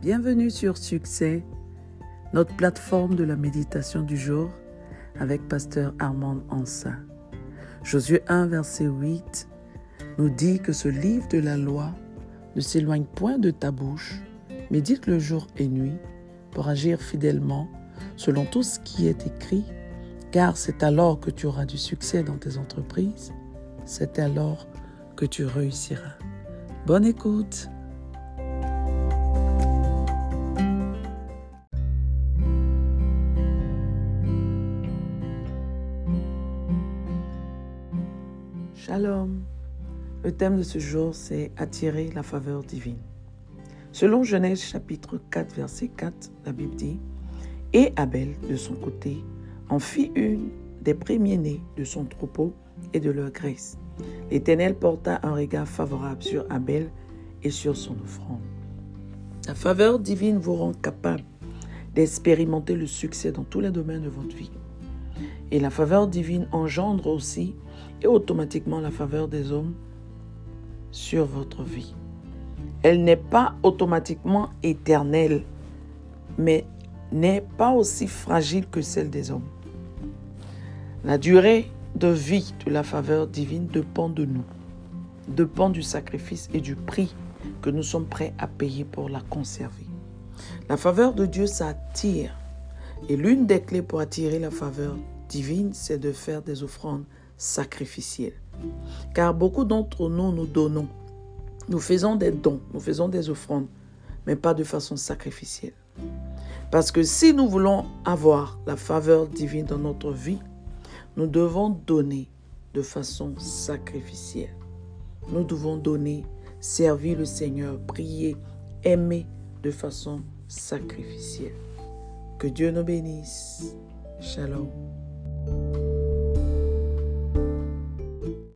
Bienvenue sur Succès, notre plateforme de la méditation du jour avec Pasteur Armand Ansa. Josué 1, verset 8 nous dit que ce livre de la loi ne s'éloigne point de ta bouche, médite-le jour et nuit pour agir fidèlement selon tout ce qui est écrit, car c'est alors que tu auras du succès dans tes entreprises, c'est alors que tu réussiras. Bonne écoute! Shalom. Le thème de ce jour, c'est attirer la faveur divine. Selon Genèse chapitre 4, verset 4, la Bible dit « Et Abel, de son côté, en fit une des premiers-nés de son troupeau et de leur graisse. L'Éternel porta un regard favorable sur Abel et sur son offrande. » La faveur divine vous rend capable d'expérimenter le succès dans tous les domaines de votre vie. Et la faveur divine engendre aussi et automatiquement la faveur des hommes sur votre vie. Elle n'est pas automatiquement éternelle, mais n'est pas aussi fragile que celle des hommes. La durée de vie de la faveur divine dépend de nous, dépend du sacrifice et du prix que nous sommes prêts à payer pour la conserver. La faveur de Dieu s'attire, et l'une des clés pour attirer la faveur divine, c'est de faire des offrandes sacrificielles. Car beaucoup d'entre nous, nous donnons. Nous faisons des dons, nous faisons des offrandes, mais pas de façon sacrificielle. Parce que si nous voulons avoir la faveur divine dans notre vie, nous devons donner de façon sacrificielle. Nous devons donner, servir le Seigneur, prier, aimer de façon sacrificielle. Que Dieu nous bénisse. Shalom.